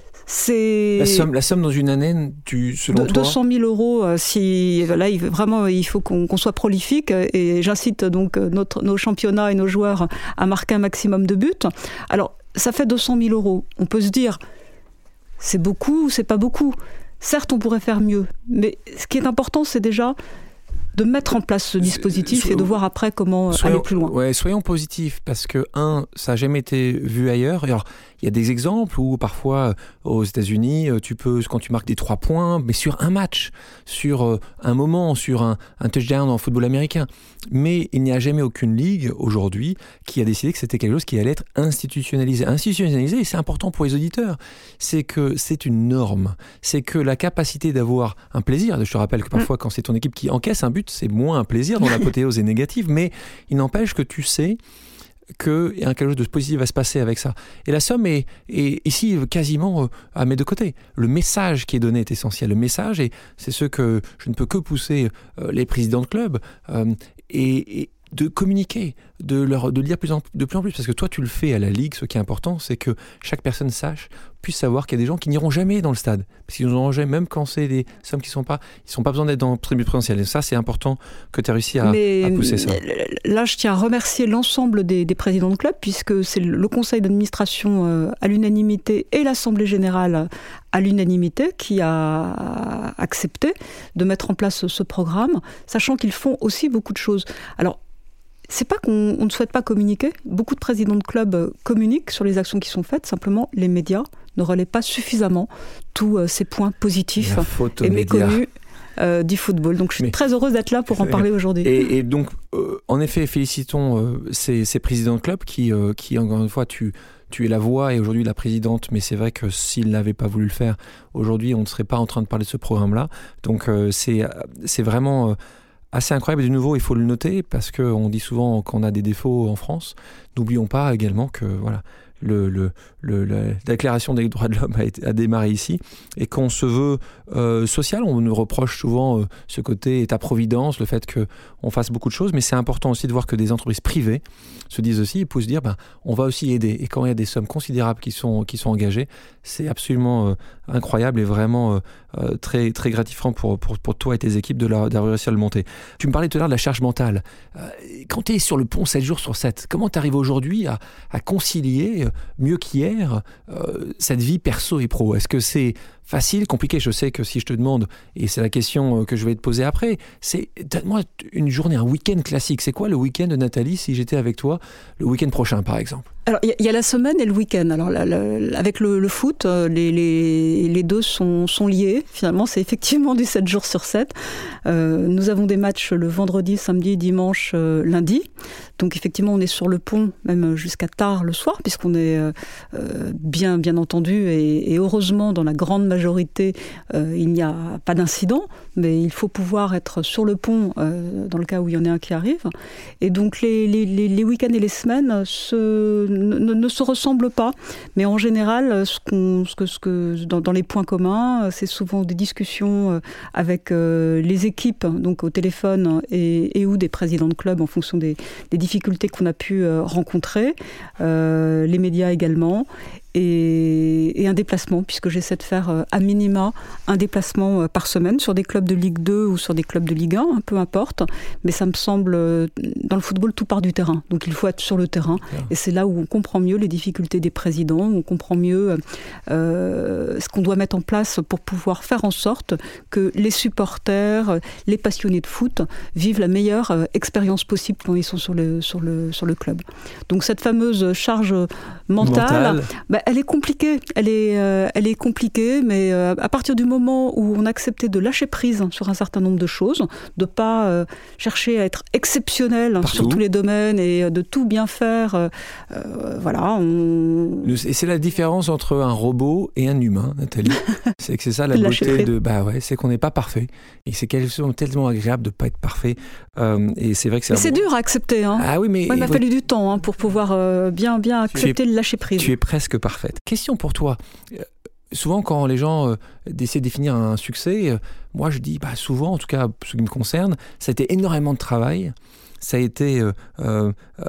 C'est la somme, la somme dans une année, tu, selon de, toi deux cent mille euros. Euh, si là, il, vraiment, il faut qu'on, qu'on soit prolifique. Et j'incite donc notre, nos championnats et nos joueurs à marquer un maximum de buts. Alors, ça fait deux cent mille euros. On peut se dire, c'est beaucoup ou c'est pas beaucoup. Certes, on pourrait faire mieux, mais ce qui est important, c'est déjà de mettre en place ce dispositif so, et de voir après comment soyons, aller plus loin. Ouais, soyons positifs, parce que, un, ça n'a jamais été vu ailleurs. Alors, il y a des exemples où, parfois, aux États-Unis, tu peux, quand tu marques des trois points, mais sur un match, sur un moment, sur un, un touchdown en football américain. Mais il n'y a jamais aucune ligue, aujourd'hui, qui a décidé que c'était quelque chose qui allait être institutionnalisé. Institutionnalisé, et c'est important pour les auditeurs, c'est que c'est une norme. C'est que la capacité d'avoir un plaisir, je te rappelle que parfois, quand c'est ton équipe qui encaisse un but, c'est moins un plaisir, dont l'apothéose est négative, mais il n'empêche que tu sais que quelque chose de positif va se passer avec ça. Et la somme est, est ici quasiment à mes deux côtés. Le message qui est donné est essentiel. Le message, et c'est ce que je ne peux que pousser euh, les présidents de clubs, euh, et, et de communiquer, de leur de lire plus en, de plus en plus, parce que toi tu le fais à la Ligue. Ce qui est important, c'est que chaque personne sache, puisse savoir qu'il y a des gens qui n'iront jamais dans le stade, parce qu'ils n'auront jamais, même quand c'est des sommes qui sont pas, ils sont pas besoin d'être dans le tribune présidentielle. Et ça, c'est important que tu aies réussi à, à pousser ça. Là, je tiens à remercier l'ensemble des, des présidents de club, puisque c'est le conseil d'administration euh, à l'unanimité et l'assemblée générale à l'unanimité qui a accepté de mettre en place ce, ce programme, sachant qu'ils font aussi beaucoup de choses. Alors, c'est pas qu'on on ne souhaite pas communiquer. Beaucoup de présidents de clubs communiquent sur les actions qui sont faites. Simplement, les médias ne relaient pas suffisamment tous euh, ces points positifs et méconnus euh, du football. Donc, je suis Mais... très heureuse d'être là pour en parler aujourd'hui. Et, et donc, euh, en effet, félicitons euh, ces, ces présidents de clubs qui, euh, qui, encore une fois, tu... Tu es la voix et aujourd'hui la présidente, mais c'est vrai que s'il n'avait pas voulu le faire, aujourd'hui on ne serait pas en train de parler de ce programme-là. Donc euh, c'est, c'est vraiment euh, assez incroyable. Et de nouveau, il faut le noter, parce qu'on dit souvent qu'on a des défauts en France. N'oublions pas également que voilà, le, le, le, la déclaration des droits de l'homme a, été, a démarré ici, et qu'on se veut euh, social. On nous reproche souvent euh, ce côté État-providence, le fait qu'on fasse beaucoup de choses, mais c'est important aussi de voir que des entreprises privées se disent aussi, ils peuvent se dire, ben, on va aussi aider. Et quand il y a des sommes considérables qui sont, qui sont engagées, c'est absolument euh, incroyable et vraiment euh, très, très gratifiant pour, pour, pour toi et tes équipes de la, d'avoir réussi à le monter. Tu me parlais tout à l'heure de la charge mentale. Euh, quand tu es sur le pont sept jours sur sept, comment tu arrives aujourd'hui à, à concilier mieux qu'hier euh, cette vie perso et pro? Est-ce que c'est facile, compliqué? Je sais que si je te demande, et c'est la question que je vais te poser après, c'est, donne-moi une journée, un week-end classique. C'est quoi le week-end de Nathalie si j'étais avec toi le week-end prochain, par exemple? Alors, il y, y a la semaine et le week-end. Alors, la, la, avec le, le foot, les, les, les deux sont, sont liés. Finalement, c'est effectivement du sept jours sur sept. Euh, nous avons des matchs le vendredi, samedi, dimanche, euh, lundi. Donc, effectivement, on est sur le pont, même jusqu'à tard le soir, puisqu'on est euh, bien, bien entendu, et, et heureusement, dans la grande majorité majorité, euh, il n'y a pas d'incident, mais il faut pouvoir être sur le pont euh, dans le cas où il y en a un qui arrive. Et donc les, les, les, les week-ends et les semaines se, ne, ne se ressemblent pas. Mais en général, ce qu'on, ce que, ce que, dans, dans les points communs, c'est souvent des discussions avec euh, les équipes, donc au téléphone, et, et ou des présidents de club en fonction des, des difficultés qu'on a pu euh, rencontrer, euh, les médias également. Et, et un déplacement, puisque j'essaie de faire euh, à minima un déplacement euh, par semaine sur des clubs de Ligue deux ou sur des clubs de Ligue un, hein, peu importe, mais ça me semble, euh, dans le football, tout part du terrain, donc il faut être sur le terrain, ouais. Et c'est là où on comprend mieux les difficultés des présidents, où on comprend mieux euh, ce qu'on doit mettre en place pour pouvoir faire en sorte que les supporters, les passionnés de foot vivent la meilleure euh, expérience possible quand ils sont sur le, sur le, sur le club. Donc cette fameuse charge mentale, mentale. Bah, elle est compliquée, elle est, euh, elle est compliquée, mais euh, à partir du moment où on a accepté de lâcher prise sur un certain nombre de choses, de ne pas euh, chercher à être exceptionnel Partout. Sur tous les domaines et de tout bien faire, euh, euh, voilà. On... Et c'est la différence entre un robot et un humain, Nathalie. C'est que c'est ça la beauté de, bah ouais, c'est qu'on n'est pas parfait et c'est tellement agréable de ne pas être parfait. Euh, et c'est vrai que c'est. Mais c'est bon... dur à accepter. Hein. Ah oui, mais ouais, il m'a ouais. fallu du temps hein, pour pouvoir euh, bien, bien accepter es, le lâcher prise. Tu es presque parfait. Question pour toi. Souvent, quand les gens euh, essaient de définir un succès, euh, moi je dis, bah, souvent, en tout cas, ce qui me concerne, ça a été énormément de travail, ça a été euh, euh,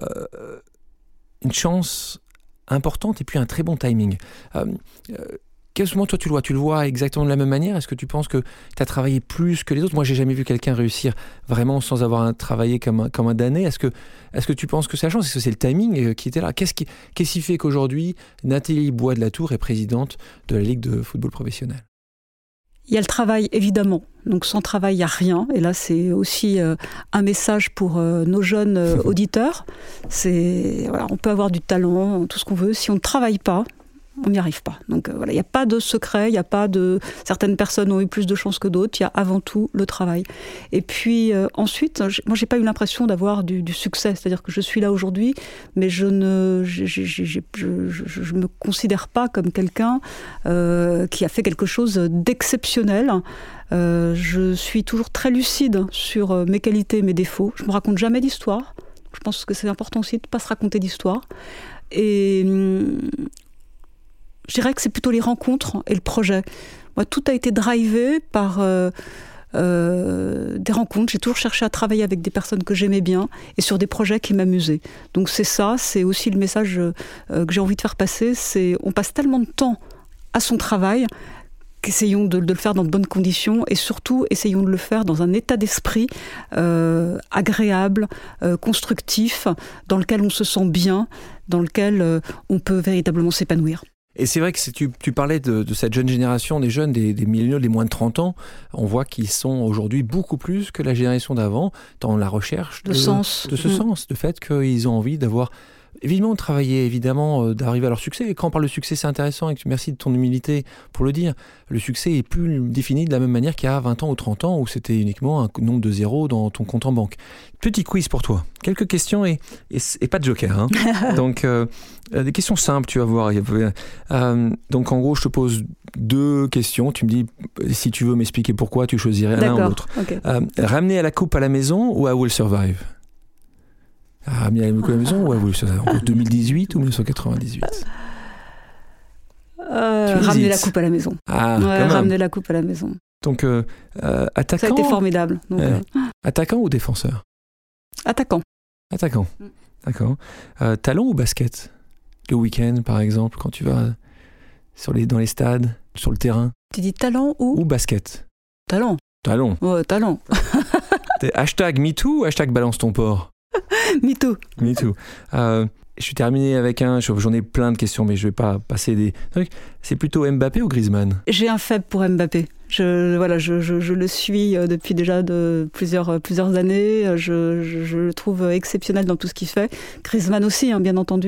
une chance importante et puis un très bon timing. Euh, euh, Quel moment toi tu le vois ? Tu le vois exactement de la même manière ? Est-ce que tu penses que tu as travaillé plus que les autres ? Moi, j'ai jamais vu quelqu'un réussir vraiment sans avoir un, travaillé comme un, comme un damné. Est-ce que, est-ce que tu penses que c'est la chance ? Est-ce que c'est le timing qui était là ? Qu'est-ce qui, qu'est-ce qui fait qu'aujourd'hui, Nathalie Bois de la Tour est présidente de la Ligue de football professionnel ? Il y a le travail, évidemment. Donc sans travail, il n'y a rien. Et là, c'est aussi euh, un message pour euh, nos jeunes euh, auditeurs. C'est, voilà, on peut avoir du talent, tout ce qu'on veut. Si on ne travaille pas, on n'y arrive pas. Donc euh, voilà, il n'y a pas de secret, il n'y a pas de... Certaines personnes ont eu plus de chance que d'autres, il y a avant tout le travail. Et puis euh, ensuite, j'ai, moi j'ai pas eu l'impression d'avoir du, du succès, c'est-à-dire que je suis là aujourd'hui, mais je ne j'ai, j'ai, j'ai, je, je, je me considère pas comme quelqu'un euh, qui a fait quelque chose d'exceptionnel. Euh, je suis toujours très lucide sur mes qualités et mes défauts. Je me raconte jamais d'histoire. Je pense que c'est important aussi de ne pas se raconter d'histoire. Et... Hum, je dirais que c'est plutôt les rencontres et le projet. Moi, tout a été drivé par euh, euh, des rencontres. J'ai toujours cherché à travailler avec des personnes que j'aimais bien et sur des projets qui m'amusaient. Donc c'est ça, c'est aussi le message euh, que j'ai envie de faire passer. C'est, on passe tellement de temps à son travail qu'essayons de, de le faire dans de bonnes conditions et surtout essayons de le faire dans un état d'esprit euh, agréable, euh, constructif, dans lequel on se sent bien, dans lequel euh, on peut véritablement s'épanouir. Et c'est vrai que tu, tu parlais de, de cette jeune génération, des jeunes, des, des milléniaux, des moins de trente ans. On voit qu'ils sont aujourd'hui beaucoup plus que la génération d'avant dans la recherche de, de, sens. de ce mmh. sens, de fait qu'ils ont envie d'avoir, évidemment, de travailler, évidemment, euh, d'arriver à leur succès. Et quand on parle de succès, c'est intéressant, et merci de ton humilité pour le dire. Le succès est plus défini de la même manière qu'il y a vingt ans ou trente ans, où c'était uniquement un nombre de zéros dans ton compte en banque. Petit quiz pour toi. Quelques questions et, et, et pas de joker. Hein. Donc, euh, des questions simples, tu vas voir. Euh, donc, en gros, je te pose deux questions. Tu me dis, si tu veux m'expliquer pourquoi, tu choisirais l'un ou l'autre. Okay. Euh, ramener à la coupe à la maison ou à Will Survive ? Ramener à la coupe à la maison ou à Will Survive ? En deux mille dix-huit ou dix-neuf cent quatre-vingt-dix-huit ? Euh, ramener la coupe à la maison. Ah, ouais, ramener la coupe à la maison. Donc, euh, euh, attaquant. Ça a été formidable. Donc, euh, euh... Attaquant ou défenseur ? Attaquant. Attaquant. Mm. D'accord. Euh, talon ou basket ? Le week-end, par exemple, quand tu vas sur les, dans les stades, sur le terrain. Tu dis talent ou ? Ou basket ? Talent. Talon. Ouais, talent. Hashtag MeToo ou hashtag balance ton porc ? MeToo. MeToo. Euh, je suis terminé avec un, j'en ai plein de questions, mais je ne vais pas passer des trucs. C'est plutôt Mbappé ou Griezmann ? J'ai un faible pour Mbappé. Je, voilà, je, je, je le suis depuis déjà de plusieurs, plusieurs années. Je, je, je le trouve exceptionnel dans tout ce qu'il fait. Griezmann aussi, hein, bien entendu.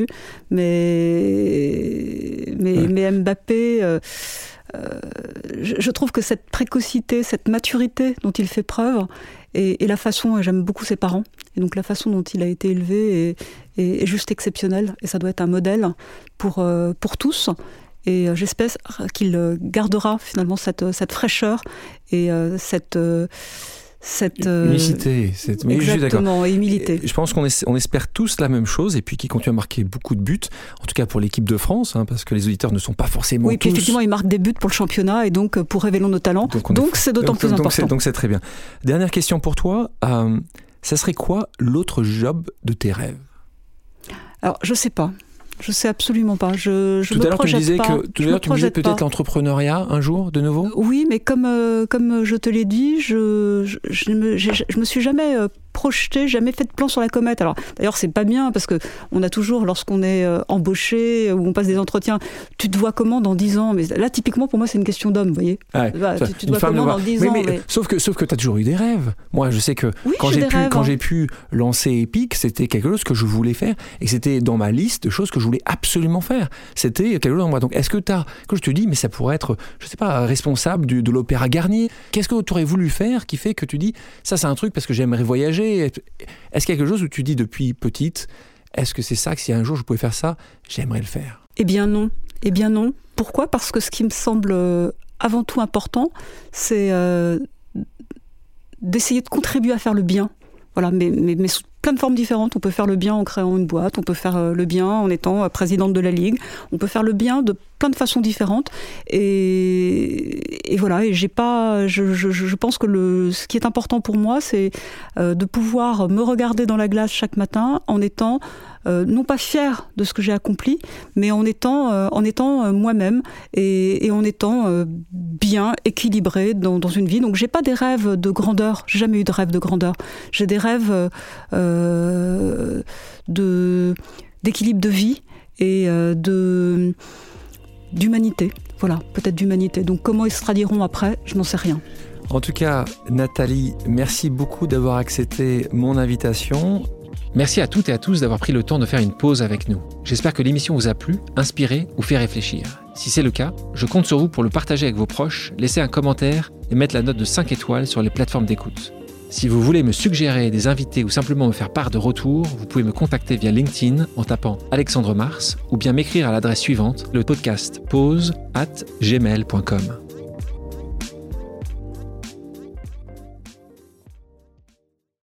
Mais, mais, ouais. mais Mbappé... Euh, Euh, je, je trouve que cette précocité, cette maturité dont il fait preuve, et, et la façon, j'aime beaucoup ses parents, et donc la façon dont il a été élevé est, est, est juste exceptionnelle, et ça doit être un modèle pour, euh, pour tous. et j'espère qu'il gardera finalement cette, cette fraîcheur et cette... Cette, euh... humilité, cette... exactement, je humilité. Je pense qu'on es... on espère tous la même chose, et puis qui continue à marquer beaucoup de buts, en tout cas pour l'équipe de France, hein, parce que les auditeurs ne sont pas forcément oui, tous... Oui, effectivement, ils marquent des buts pour le championnat, et donc pour Révélons nos talents, donc, donc est... c'est d'autant donc, plus donc, important. C'est, donc c'est très bien. Dernière question pour toi, euh, ça serait quoi l'autre job de tes rêves ? Alors, je sais pas. Je sais absolument pas. Je, je tout me à l'heure, tu me disais, pas. que, tout à l'heure, tu me disais peut-être pas. l'entrepreneuriat un jour, de nouveau ? Oui, mais comme, euh, comme je te l'ai dit, je, je, je, me, je, je me suis jamais euh, projetée, jamais fait de plan sur la comète. Alors, d'ailleurs, c'est pas bien, parce qu'on a toujours, lorsqu'on est euh, embauché, ou on passe des entretiens, tu te vois comment dans dix ans ? Mais là, typiquement, pour moi, c'est une question d'homme, vous voyez. Ouais, bah, tu, tu te vois comment dans dix mais, ans mais, mais... Sauf que, sauf que tu as toujours eu des rêves. Moi, je sais que oui, quand, j'ai j'ai pu, rêves, quand hein. j'ai pu lancer Epic, c'était quelque chose que je voulais faire, et que c'était dans ma liste de choses que je voulais absolument faire. C'était quelque chose en moi. Donc, est-ce que tu as, que je te dis, mais ça pourrait être, je sais pas, responsable du, de l'Opéra Garnier. Qu'est-ce que tu aurais voulu faire qui fait que tu dis, ça, c'est un truc parce que j'aimerais voyager. Est-ce qu'il y a quelque chose où tu dis depuis petite, est-ce que c'est ça, que si un jour je pouvais faire ça, j'aimerais le faire ? Eh bien non. Eh bien non. Pourquoi ? Parce que ce qui me semble avant tout important, c'est euh, d'essayer de contribuer à faire le bien. Voilà, mais, mais, mais sous plein de formes différentes. On peut faire le bien en créant une boîte, on peut faire le bien en étant présidente de la Ligue, on peut faire le bien de plein de façons différentes. Et, et voilà, et j'ai pas, je, je, je pense que le, ce qui est important pour moi, c'est euh, de pouvoir me regarder dans la glace chaque matin en étant Euh, non pas fière de ce que j'ai accompli, mais en étant, euh, en étant euh, moi-même et, et en étant euh, bien équilibrée dans, dans une vie. Donc j'ai pas des rêves de grandeur, j'ai jamais eu de rêve de grandeur. J'ai des rêves euh, de, d'équilibre de vie et euh, de, d'humanité. Voilà, peut-être d'humanité. Donc comment ils se traduiront après, je n'en sais rien. En tout cas, Nathalie, merci beaucoup d'avoir accepté mon invitation. Merci à toutes et à tous d'avoir pris le temps de faire une pause avec nous. J'espère que l'émission vous a plu, inspiré ou fait réfléchir. Si c'est le cas, je compte sur vous pour le partager avec vos proches, laisser un commentaire et mettre la note de cinq étoiles sur les plateformes d'écoute. Si vous voulez me suggérer des invités ou simplement me faire part de retours, vous pouvez me contacter via LinkedIn en tapant Alexandre Mars ou bien m'écrire à l'adresse suivante, le podcast pause arobase gmail point com.